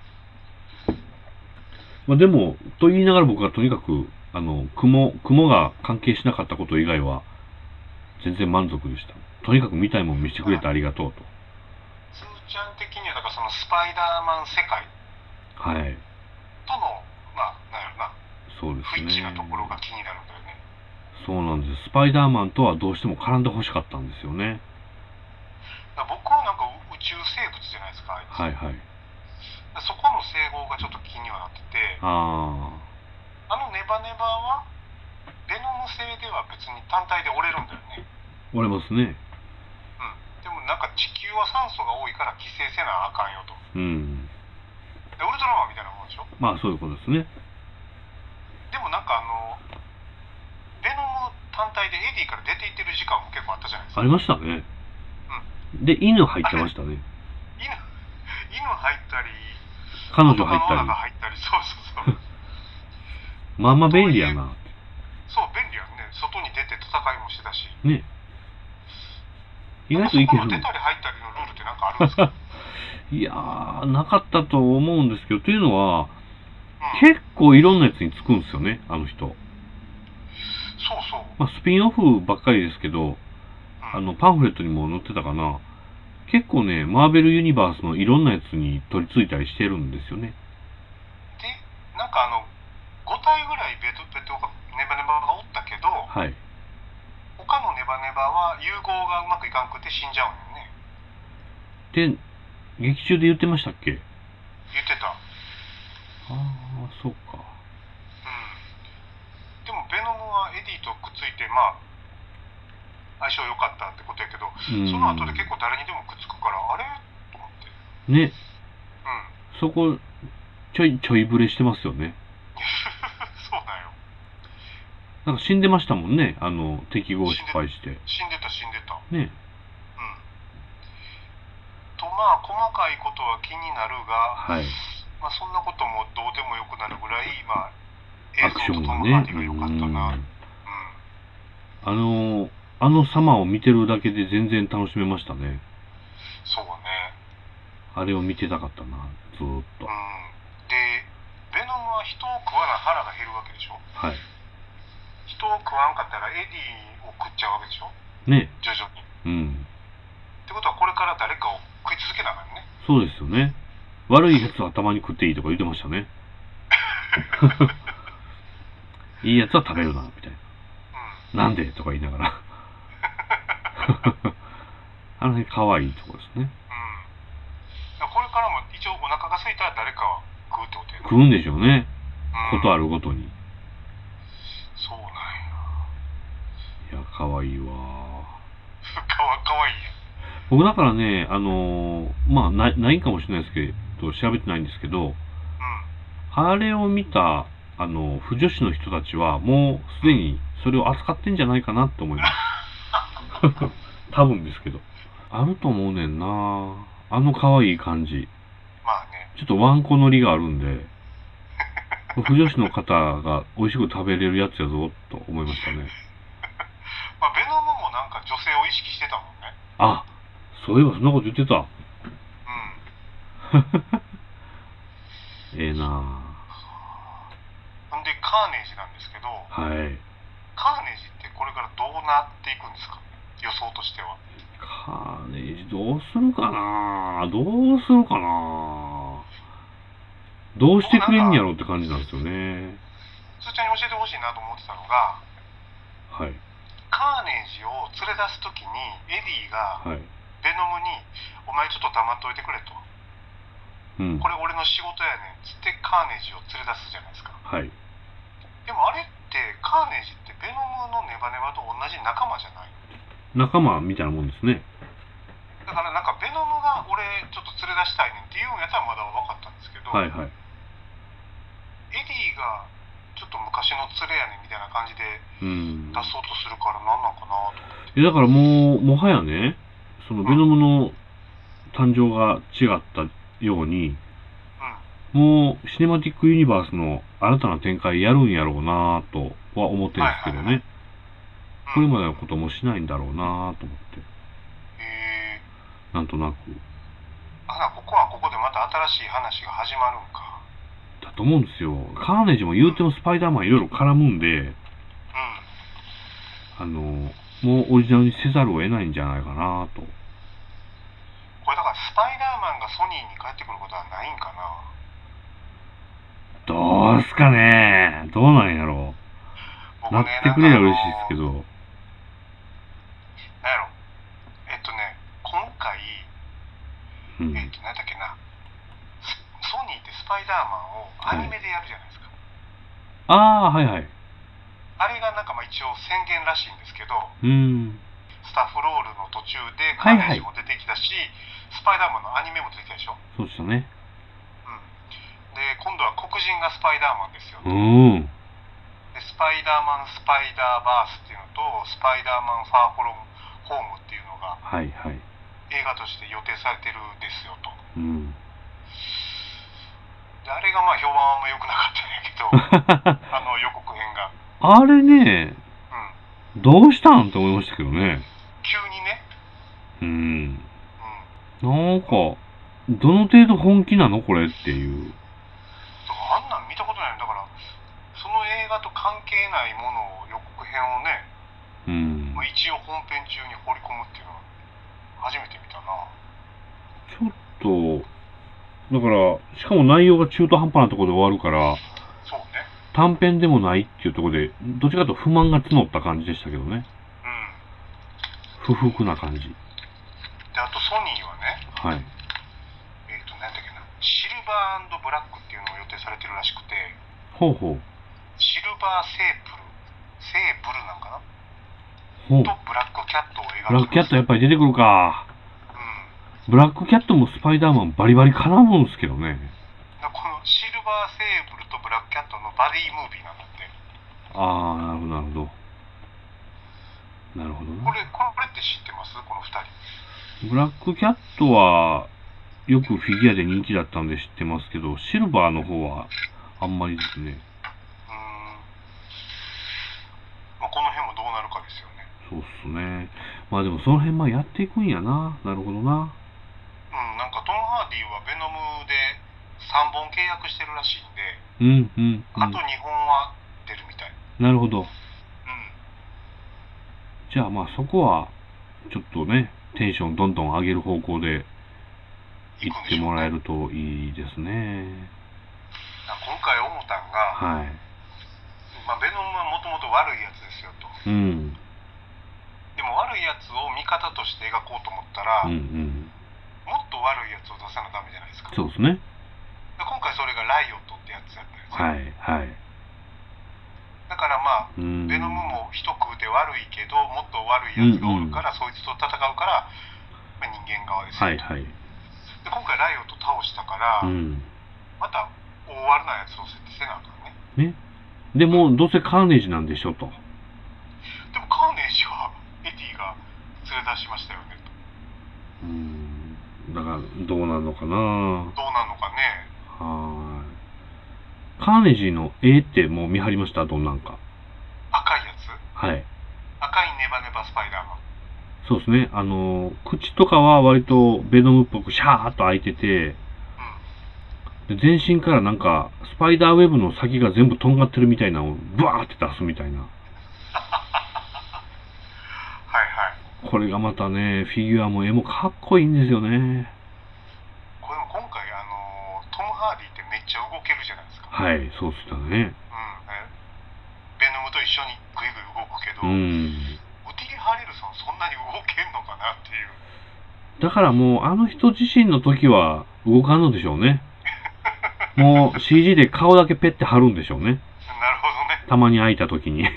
まあでも、と言いながら僕はとにかく、あの、雲、雲が関係しなかったこと以外は、全然満足でした。とにかく見たいもん見せてくれてありがとうと。 つーちゃん的には、だからそのスパイダーマン世界。 はい。 との、まあ、なんやろな。 そうですね。 不一致なところが気になるんだよね。 そうなんです。スパイダーマンとはどうしても絡んでほしかったんですよね。 僕はなんか宇宙生物じゃないですか。 はいはい。 そこの整合がちょっと気にはなってて、ああのネバネバはベノム製では別に単体で折れるんだよね。 折れますね。 うん。でもなんか地球は酸素が多いから寄生せなあかんよと。うん。でウルトラマンみたいなもんでしょ。 まあそういうことですね。 でもなんかあのベノム単体でエディから出ていってる時間も結構あったじゃないですか。 ありましたね。うん。で犬入ってましたね。 犬犬入ったり。 彼女入ったり。 入ったり、そうそうそう。 まあまあ便利やな。 そう、便利やね。外に出て戦いもしてたし。 ね。意外といける。 出たり入ったりのルールってなんかあるんですか？ いやー、なかったと思うんですけど、というのは、うん、結構いろんなやつにつくんですよね、あの人。そうそう。 まあ、スピンオフばっかりですけど、うん、あの、パンフレットにも載ってたかな。結構ね、マーベルユニバースのいろんなやつに取り付いたりしてるんですよね。 で、なんかあの、ごたいぐらいベトベトがネバネバがおったけど、はい。他のネバネバは融合がうまくいかんくて死んじゃうんよね。 で、劇中で言ってましたっけ？言ってた。ああ、そうか。うん。 でもベノムはエディとくっついて、まあ、相性良かったってことやけど、その後で結構誰にでもくっつくから、あれと思って。 ね。うん。そこ、ちょいちょいぶれしてますよね。 そうだよ。 なんか死んでましたもんね、あの、適合失敗して。 死んでた、死んでた。 ね。うん。 と、まあ、細かいことは気になるが、はい。まあ、そんなこともどうでもよくなるぐらい、まあ、映像とトム・ハーディが良かったな。うん。 あのー、あの様を見てるだけで全然楽しめましたね。 そうね。 あれを見てたかったな、ずーっと。うん。 で、ベノムは人を食わな腹が減るわけでしょ。はい。人を食わんかったらエディを食っちゃうわけでしょ。ね。徐々に。うん。ってことはこれから誰かを食い続けながらね。 そうですよね。悪いやつはたまに食っていいとか言ってましたね。いいやつは食べるな、みたいな。うん、なんでとか言いながら。あの辺可愛いところですね。うん。 これからも一応お腹が空いたら誰かは食うってことやね。 食うんでしょうね。うん、ことあるごとに。 そうなんや。いや、可愛いわ。 かわ、かわいいや。 僕だからね、あのー、まあない、ないかもしれないですけど、調べてないんですけど、うん、あれを見た、あの、腐女子の人たちは、もうすでにそれを扱ってんじゃないかなって思います。多分ですけど。 あると思うねんな。あの可愛い感じ。 まあね。 ちょっとワンコのりがあるんで、不女子の方が美味しく食べれるやつやぞと思いましたね。 まあ、ベノムもなんか女性を意識してたもんね。 あ、そういえばそんなこと言ってた。うん。ええなぁ。 ほんで、カーネージなんですけど、 はい。 カーネージってこれからどうなっていくんですか？予想としては。 カーネージどうするかなぁ。どうするかなぁ。どうしてくれんやろって感じなんですよね。 つーちゃんに教えてほしいなと思ってたのが、 はい。 カーネージを連れ出すときにエディがベノムに、お前ちょっと黙っといてくれと、うん、これ俺の仕事やねんつってカーネージを連れ出すじゃないですか。 はい。 でもあれってカーネージってベノムのネバネバと同じ仲間じゃない？ 仲間みたいなもんですね。 だからなんかベノムが俺ちょっと連れ出したいねんっていうんやったらまだ分かったんですけど、 はいはい。 エディがちょっと昔の連れやねんみたいな感じで出そうとするから何なんかなと思って。 いやだからもうもはやね、そのベノムの誕生が違ったように、うん、もうシネマティックユニバースの新たな展開やるんやろうなとは思ってるんですけどね、はいはいはい、これまでのこともしないんだろうなと思って、へー、なんとなく。 あら、ここはここでまた新しい話が始まるんか。 だと思うんですよ。カーネージも言うてもスパイダーマンいろいろ絡むんで、うん、あのもうオリジナルにせざるを得ないんじゃないかなと。 これだからスパイダーマンがソニーに帰ってくることはないんかな。どうすかね。どうなんやろう。ね、なってくれれば嬉しいですけど。なんやろ。えっとね、今回、うん、えっと、なんだっけな。ソニーってスパイダーマンをアニメでやるじゃないですか。 はい、ああ、はいはい。 あれがなんかまあ一応宣言らしいんですけど、 うん、 スタッフロールの途中でカーネージも出てきたし、はいはい、スパイダーマンのアニメも出てきたでしょ。 そうでしたね。 うん。で、今度は黒人がスパイダーマンですよ。 うん。 で、スパイダーマンスパイダーバースっていうのと、スパイダーマンファーフロムホームっていうのが、 はいはい。 映画として予定されてるんですよと。 うん。 で、あれがまあ評判はあんま良くなかったんやけど、あの予告編が。 あれね、うん、どうしたんって思いましたけどね。 急にね。 うん。うん、なんか、どの程度本気なのこれっていう。 あんなん見たことない。だから、その映画と関係ないものを予告編をね、うん、まあ、一応本編中に放り込むっていうのは初めて見たな。 ちょっと、だから、しかも内容が中途半端なところで終わるから、 そうね。 短編でもないっていうところで、どっちかというと不満が募った感じでしたけどね。うん。不服な感じ。で、 あとソニーはね、はい。えっと、なんだっけな、シルバー&ブラックっていうのが予定されてるらしくて、 ほうほう。 シルバーセープル、セーブルなんかな、ほう。とブラックキャットを描く。 ブラックキャットやっぱり出てくるか。うん。ブラックキャットもスパイダーマンバリバリ絡むんですけどね。 このシルバーセーブルとブラックキャットのバディムービーなんだって。 ああ、なるほどなるほど。なるほどね。 これ、これって知ってます？このふたり。 ブラックキャットはよくフィギュアで人気だったんで知ってますけど、シルバーの方はあんまりですね。うーん。 まあ、この辺もどうなるかですよね。 そうっすね。まあでもその辺まあやっていくんやな。なるほどな。 うん、なんかトム・ハーディはベノムでさんぼん契約してるらしいんで、うんうん、うん、あとにほんは出るみたい。 なるほど。うん。じゃあまあそこはちょっとね、テンションどんどん上げる方向で行ってもらえるといいですね。 今回思ったんが、はい。まあベノムはもともと悪いやつですよと。うん。でも悪いやつを味方として描こうと思ったら、うんうん、もっと悪いやつを出さなダメじゃないですか。 そうですね。 今回それがライオットってやつやったんですよ。 はいはい。 だからまあベノムも一食うて悪いけどもっと悪いやつがおるから、うんうん、そいつと戦うから、まあ、人間側ですよ。はいはい。で今回ライオット倒したから、うん、また大悪なやつを設定せなあかんね。 ね。でもどうせカーネージなんでしょと。でもカーネージはエディが連れ出しましたよねと。 うん。だから、どうなるのかな。どうなるのかね。 はい。カーネジーの絵ってもう見張りました？どんなんか。 赤いやつ？ はい。 赤いネバネバスパイダーマン。 そうですね。あの、口とかは割とベノムっぽくシャーっと開いてて、うん、で全身からなんかスパイダーウェブの先が全部とんがってるみたいなのをブワーって出すみたいな。 はいはい。 これがまたね、フィギュアも絵もかっこいいんですよね。 これも今回あのトム・ハーディってめっちゃ動けるじゃないですか。 はい、そうっすよね。 うん、ベノムと一緒にグイグイ動くけど、 うん、 ウティリ・ハレルソンそんなに動けんのかなっていう。 だからもうあの人自身の時は動かんのでしょうね。もう シージー で顔だけペッて貼るんでしょうね。 なるほどね。 たまに開いた時に。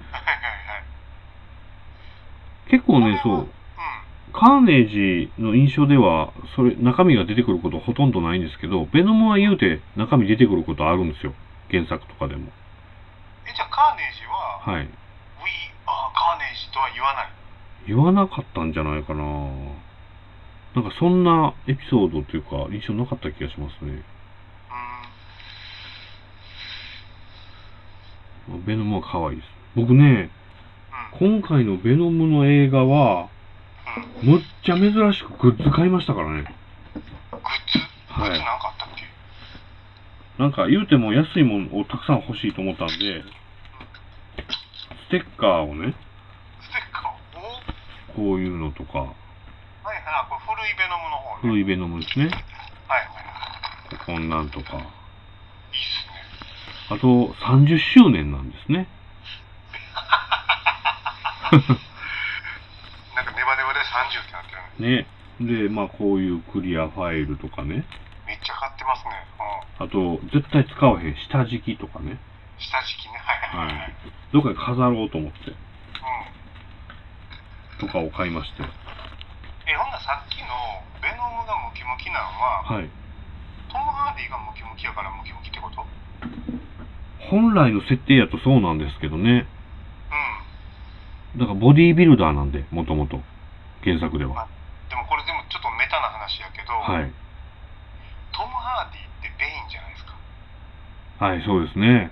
結構ね、そう、うん、カーネージの印象ではそれ中身が出てくることほとんどないんですけど、ベノムは言うて中身出てくることあるんですよ、原作とかでも。 え、じゃあカーネージは、はい、We are カーネージとは言わない？ 言わなかったんじゃないかな。なんかそんなエピソードというか印象なかった気がしますね。うん、ベノムは可愛いです。僕ね、うん、今回のベノムの映画は、うん、むっちゃ珍しくグッズ買いましたからね。グッズ？はい。グッズなんかあったっけ？ なんか言うても安いものをたくさん欲しいと思ったんで、ステッカーをね、 ステッカーをこういうのとか、 はいはい、これ古いベノムの方ね。 古いベノムですね。はいはい。 こんなんとか。いいっすね。 あと、さんじゅっしゅうねんなんですね。 なんかネバネバでさんじゅうってなってるね。 ね。で、まあこういうクリアファイルとかね。 めっちゃ買ってますね。 うん、あと、絶対使わへん下敷きとかね。 下敷きね。はいはいはい。はい、 どっかで飾ろうと思って。うん。とかを買いまして。 え、ほんなさっきのベノムがムキムキなのは、はい、トム・ハーディがムキムキやからムキムキってこと？ 本来の設定やとそうなんですけどね。うん。だからボディービルダーなんで、もともと。原作では。まあ、 でもこれでもちょっとメタな話やけど、はい。トム・ハーディってベインじゃないですか。 はい、そうですね。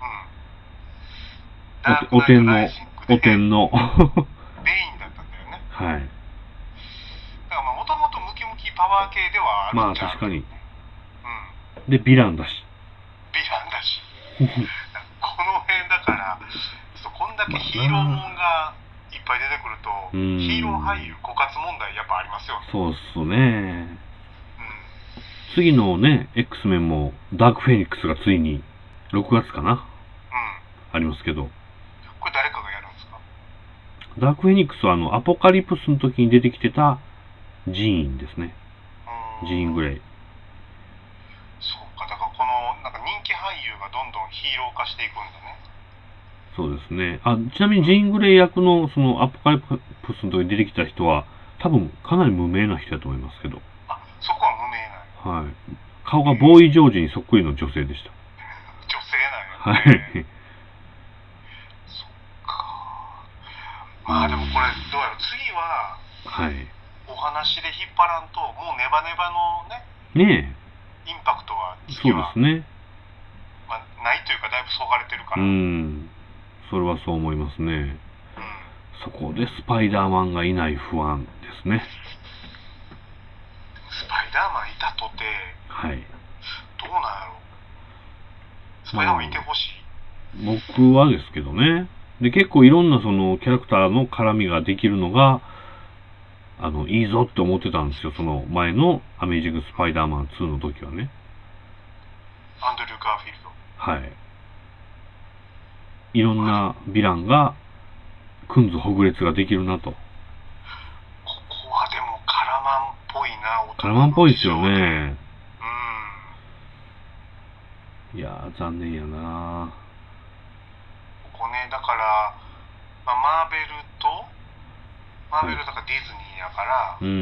うん。お, お天の、お天の。ベインだったんだよね。はい。だからまあもともとムキムキパワー系ではあるんじゃん。 まあ確かに。うん。で、ヴィランだし。 ヴィランだし。この辺だから、ちょっとこんだけヒーローもんがいっぱい出てくると、ヒーロー俳優枯渇問題やっぱありますよね。 そうっすね。うん。次のね、X メンもダークフェニックスがついにろくがつかな。うん。ありますけど。 これ誰かがやるんですか？ ダークフェニックスはあの、アポカリプスの時に出てきてたジーンですね。ジーン・グレイ。 そうか、だからこのなんか人気俳優がどんどんヒーロー化していくんだね。 そうですね。あ、ちなみにジーン・グレイ役のそのアポカリプスの時に出てきた人は多分かなり無名な人だと思いますけど。 あ、そこは無名なんや。はい。顔がボーイ・ジョージにそっくりの女性でした。 女性なんやね。はい。そっか。まあでもこれどうやろう、次は、はい。お話で引っ張らんともうネバネバのね。ねえ。インパクトは次は。 そうですね。 まあないというかだいぶそがれてるから。 うん。それはそう思いますね。うん、そこでスパイダーマンがいない不安ですね。 スパイダーマンいたとて、はい。どうなんやろう。スパイダーマンいてほしい、 まあ、僕はですけどね。で、結構いろんなそのキャラクターの絡みができるのが、あの、いいぞって思ってたんですよ。その前のアメージングスパイダーマンツーの時はね。 アンドリュー・ガーフィールド。 はい。いろんなヴィランがくんずほぐれつができるなと。 ここはでもカラマンっぽいな。 カラマンっぽいですよね。うん。いやー残念やな。 ここね、だから、まあ、マーベルとマーベルとかディズニーやから、はい、うん。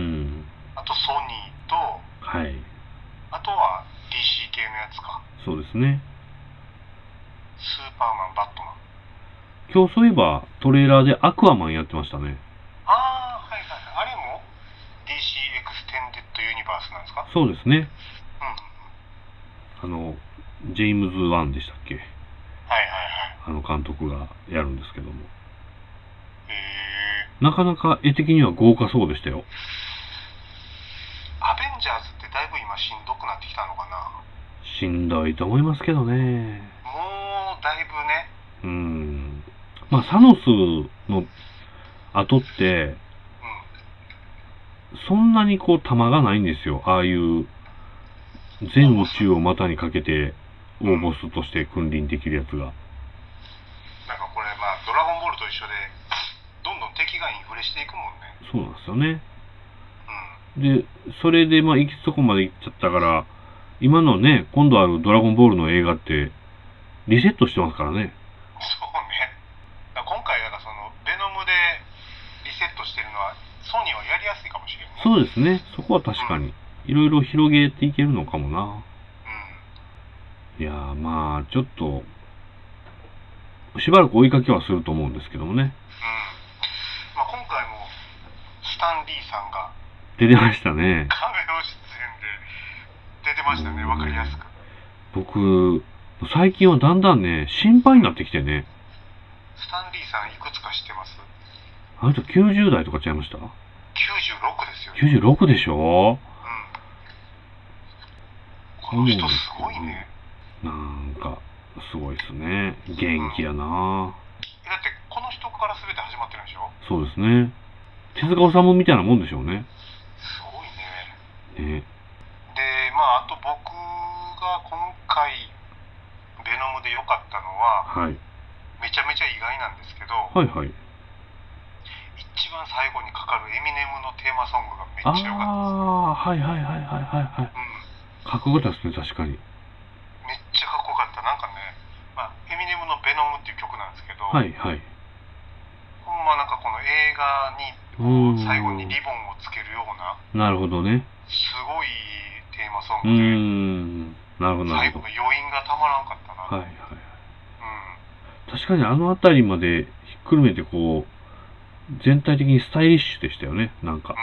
あとソニーと、はい。あとは ディーシー 系のやつか。 そうですね。 スーパーマン、バットマン。 今日そういえばトレーラーでアクアマンやってましたね。 ああ、はいはいはい。あれも ディーシー エクスなんですか？ そうですね。 うん。 あの、ジェームズ・ワンでしたっけ？ はいはいはい。 あの監督がやるんですけども。 へえ。 なかなか絵的には豪華そうでしたよ。 アベンジャーズってだいぶ今しんどくなってきたのかな？ しんどいと思いますけどね。 もうだいぶね。 うん。まあ、サノスの後って、 うん、 そんなにこう弾がないんですよ。ああいう全宇宙を股にかけて大ボスとして君臨できるやつが。 なんかこれまあドラゴンボールと一緒でどんどん敵がインフレしていくもんね。 そうなんですよね。で、それでまあ行きそこまで行っちゃったから、今のね、今度あるドラゴンボールの映画ってリセットしてますからね。 そうね。だから今回だからそのベノムでリセットしてるのはソニーはやりやすいかもしれない。 そうですね。そこは確かにいろいろ広げていけるのかもな。うん。いやーまあちょっとしばらく追いかけはすると思うんですけどもね。うん。 まあ今回もスタンリーさんが出てましたね。 カメオ出演で出てましたね。わかりやすく。 僕最近はだんだんね心配になってきてね。 スタンリーさんいくつか知ってます？ あの人きゅうじゅう代とかちゃいました？ きゅうじゅうろくですよね。 きゅうじゅうろくでしょ？ うん。この人すごいね。 なんかすごいですね。元気やな、うん、 だってこの人から全て始まってるんでしょ？ そうですね。手塚治虫みたいなもんでしょうね。 すごいね。 ね。 でまああと僕が今回ベノムで良かったのは、はい、めちゃめちゃ意外なんですけど、 はいはい、 一番最後にかかるエミネムのテーマソングがめっちゃ良かったです。 ああ、はいはいはいはいはいはい。うん、かっこよかったですね、確かに。 めっちゃかっこよかった。なんかね、まあ、エミネムのベノムっていう曲なんですけど、 はいはい。 ほんまなんかこの映画に最後にリボンをつけるような、 なるほどね。 すごいテーマソングで、うーん、なるほどなるほど。 最後の余韻がたまらんかったな。 はいはいはい。うん、確かにあの辺りまでひっくるめてこう全体的にスタイリッシュでしたよね、なんか。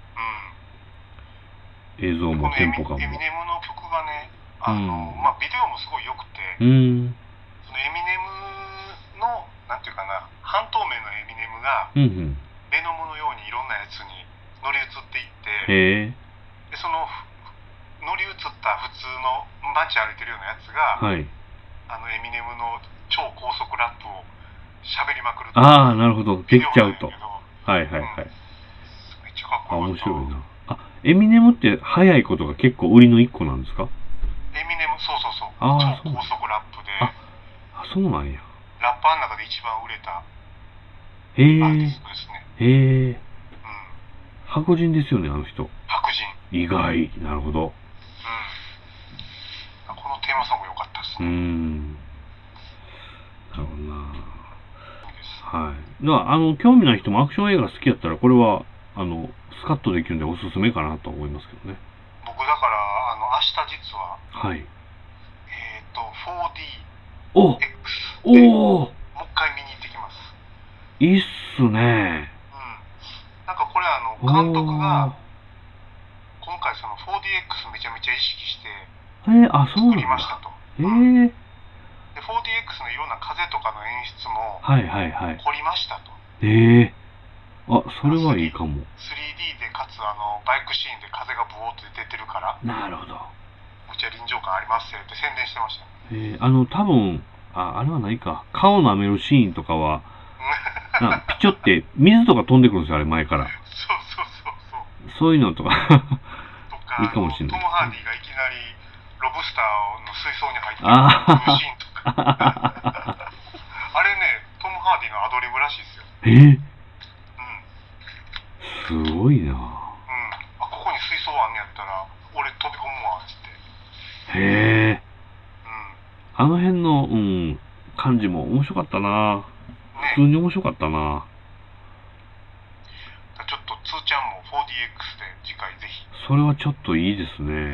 うんうん、映像もテンポ感も。エミネムの曲がね、あの、うん、まあビデオもすごい良くて、うん、そのエミネムのなんていうかな、半透明のエミネムが、うんうん、ベノムのようにいろんなやつに乗り移っていって、へでその乗り移った普通の街歩いてるようなやつが、はい、あのエミネムの超高速ラップを喋りまくる。ああ、なるほど、できちゃうと。はいはいはい。うん、めっちゃかっこよかった。あ、面白いな。あ、エミネムって速いことが結構売りの一個なんですか？エミネム、そうそうそう。あ、超高速ラップで。あ、あ、そうなんや。ラッパーの中で一番売れたアーティストですね。へえ。うん。白人ですよね、あの人。白人。意外。なるほど。うん。このテーマソング良かったですね。うん。なるほどな。はい。だからあの興味ない人もアクション映画好きやったらこれはあのスカッとできるんでおすすめかなと思いますけどね。僕だからあの明日実は。はい。えっと フォーディーエックス でもう一回見に行ってきます。いいっすね。うん。なんかこれあの監督が今回その フォーディーエックス めちゃめちゃ意識して作りましたと。へえ。で フォーディーエックス のいろんな風とかの演出もはいはいはい凝りましたと。へえ。あ、それはいいかも。スリーディー でかつあのバイクシーンで風がブオーって出てるから。なるほど。むちゃ臨場感ありますよって宣伝してました。えー、あの多分ああれはないか、顔舐めるシーンとかはなんかピチョって水とか飛んでくるんですよ、あれ前から。そうそうそうそう。そういうのとかいいかもしれない。トム・ハーディがいきなりロブスターの水槽に入ってるシーンとかあれね、トム・ハーディのアドリブらしいですよ。えー、うん、すごいな。うん、あ、ここに水槽あんねやったら俺飛び込むわっつって。へえ。あの辺の、うん、感じも面白かったな、ね、普通に面白かったな。ちょっとつーちゃんも フォーディーエックス で次回ぜひ。それはちょっといいですね。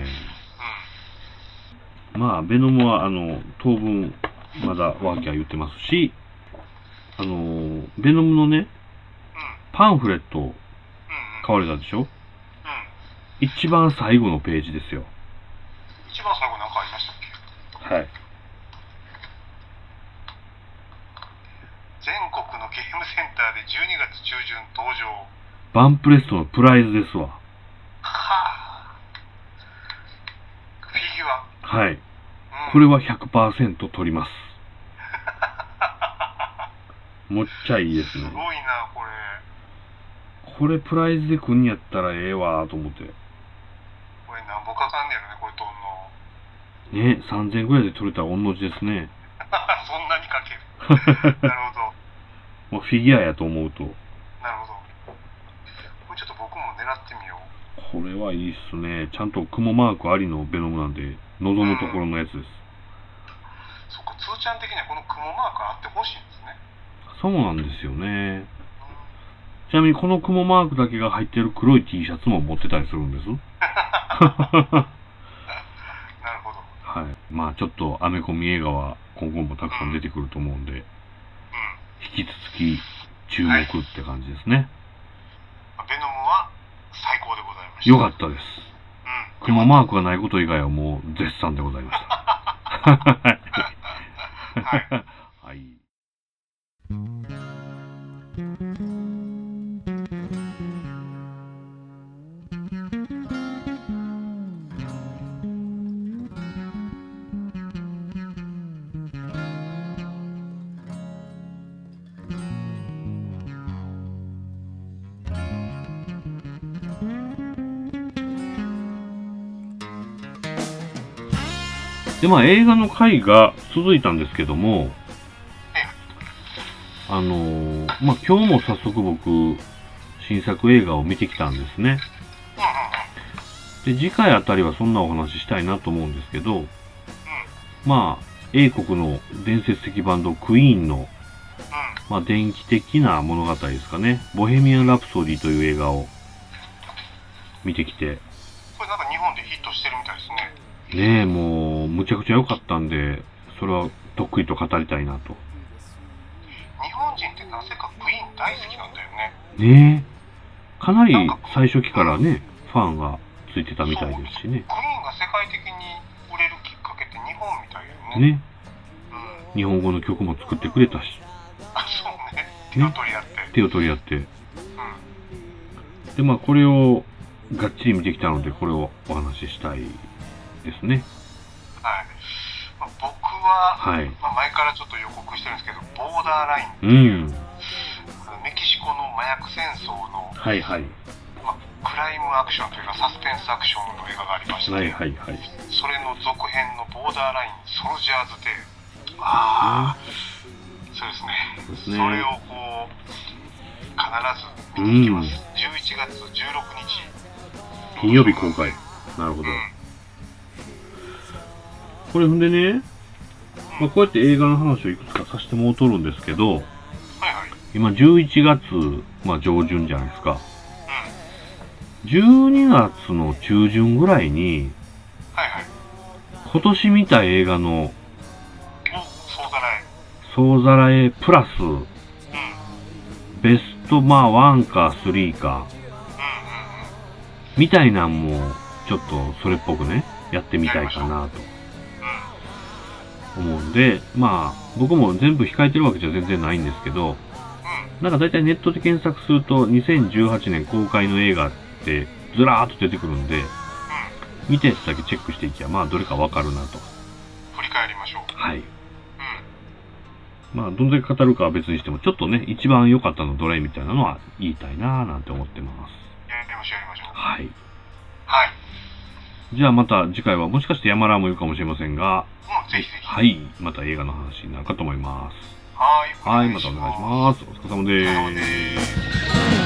うん、まあベノムはあの当分まだワーキャー言ってますし、あのベノムのね、うん、パンフレット買われたでしょ。うん、 一番最後のページですよ。 一番最後なんかありましたっけ？ はい。 全国のゲームセンターでじゅうにがつ中旬登場。 バンプレストのプライズですわ。 はあ。フィギュア。 はい。うん、これは ひゃくパーセント 取ります。もっちゃいいですね。 すごいな、これ。 これプライズで来んやったらええわーと思って。 これなんぼかかんねやろね、これ取んの。 ね、さんぜんえんぐらいで取れたら御の字ですね。 そんなにかける。なるほど。 もうフィギュアやと思うと。 なるほど。これちょっと僕も狙ってみよう。 これはいいっすね。ちゃんと雲マークありのベノムなんで、望むところのやつです。うん、 そっか、つーちゃん的にはこの雲マークあってほしいんですね。 そうなんですよね。ちなみにこの雲マークだけが入ってる黒い T シャツも持ってたりするんです。なるほど。 はい。まあちょっとアメコミ映画は今後もたくさん出てくると思うんで、うん、引き続き注目って感じですね。 はい、ベノムは最高でございました。 よかったです。うん、雲マークがないこと以外はもう絶賛でございました。はい。はい。で、まあ映画の回が続いたんですけども、あのー、まあ今日も早速僕、新作映画を見てきたんですね。で、次回あたりはそんなお話したいなと思うんですけど、まあ、英国の伝説的バンドクイーンの、まあ電気的な物語ですかね。ボヘミアン・ラプソディという映画を見てきて。 これなんか日本でヒットしてるみたいですね。 ねえ、もう、むちゃくちゃ良かったんで、それはとっくりと語りたいなと。 日本人ってなぜかクイーン大好きなんだよね。ねえ。かなり最初期からね、ファンがついてたみたいですしね。 クイーンが世界的に売れるきっかけって日本みたいだよね。ね。 うん、日本語の曲も作ってくれたし。 あ、そうね。手を取り合って。 手を取り合って。うん。で、まあ、これをがっちり見てきたので、これをお話ししたいですね。 はい。まあ、僕は、 はい、 まあ、前からちょっと予告してるんですけど、ボーダーラインっていう、 うん、 メキシコの麻薬戦争の、 はいはい、 まあ、クライムアクションというかサスペンスアクションの映画がありまして、 はいはいはい、 それの続編のボーダーラインソルジャーズデー、ああ、そうですね、そうですね、それをこう必ず見に行きます、うん、じゅういちがつじゅうろくにち金曜日公開。なるほど、うん、これほんでね、まあ、こうやって映画の話をいくつかさせてもうとるんですけど、はいはい、今じゅういちがつ、まあ、上旬じゃないですか、うん、じゅうにがつの中旬ぐらいに、はいはい、今年見た映画の総ざらえ総ざらえプラス、うん、ベストまあワンかスリーか、うんうんうん、みたいなんもちょっとそれっぽくねやってみたいかなと思うんで、まあ僕も全部控えてるわけじゃ全然ないんですけど、なんか大体ネットで検索するとにせんじゅうはちねん公開の映画ってずらーっと出てくるんで、見たやつだけチェックしていきゃまあどれかわかるなと。 振り返りましょう。 はい。うん、まあどんだけ語るかは別にしてもちょっとね一番良かったのどれみたいなのは言いたいなーなんて思ってます。 やりましょうやりましょう。 はい。 はい。 じゃあまた次回はもしかして山田もいるかもしれませんが、 うん、ぜひぜひ。 はい、また映画の話になるかと思います。 はい。 はい、またお願いします。お疲れ様です。